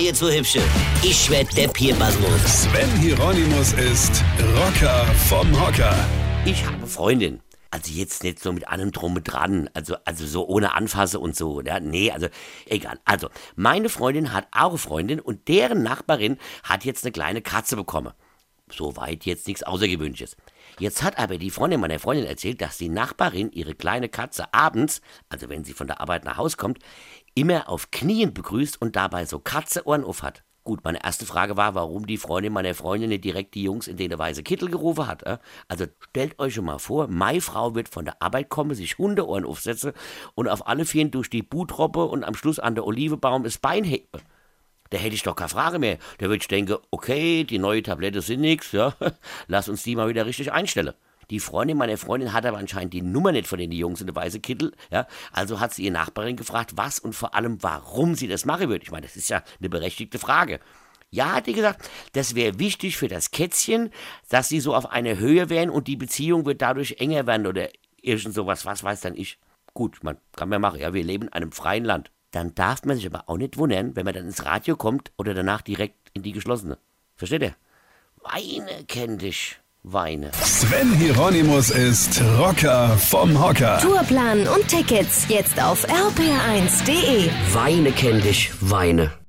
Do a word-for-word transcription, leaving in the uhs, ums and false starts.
jetzt so hübsche. Ich werd der Pierpasmus. Sven Hieronymus ist Rocker vom Hocker. Ich habe Freundin. Also jetzt nicht so mit allem drum und dran, also, also so ohne Anfasse und so, ja, nee, also egal. Also, meine Freundin hat auch eine Freundin und deren Nachbarin hat jetzt eine kleine Katze bekommen. Soweit jetzt nichts Außergewöhnliches. Jetzt hat aber die Freundin meiner Freundin erzählt, dass die Nachbarin ihre kleine Katze abends, also wenn sie von der Arbeit nach Hause kommt, immer auf Knien begrüßt und dabei so Katzeohren auf hat. Gut, meine erste Frage war, warum die Freundin meiner Freundin nicht direkt die Jungs in den weiße Kittel gerufen hat. Äh? Also stellt euch schon mal vor, meine Frau wird von der Arbeit kommen, sich Hundeohren aufsetzen und auf alle Vieren durch die Butroppe und am Schluss an der Olivebaum das Bein heben. Da hätte ich doch keine Frage mehr. Da würde ich denken, okay, die neue Tablette sind nix, ja, lass uns die mal wieder richtig einstellen. Die Freundin meiner Freundin hat aber anscheinend die Nummer nicht von den Jungs in der weiße Kittel, ja, also hat sie ihre Nachbarin gefragt, was und vor allem, warum sie das machen würde. Ich meine, das ist ja eine berechtigte Frage. Ja, hat die gesagt, das wäre wichtig für das Kätzchen, dass sie so auf einer Höhe wären und die Beziehung wird dadurch enger werden oder irgend sowas, was weiß dann ich. Gut, man kann man machen, ja, wir leben in einem freien Land. Dann darf man sich aber auch nicht wundern, wenn man dann ins Radio kommt oder danach direkt in die geschlossene. Versteht ihr? Weine kenn dich. Weine. Sven Hieronymus ist Rocker vom Hocker. Tourplan und Tickets jetzt auf r p r eins punkt d e. Weine kenn dich, Weine.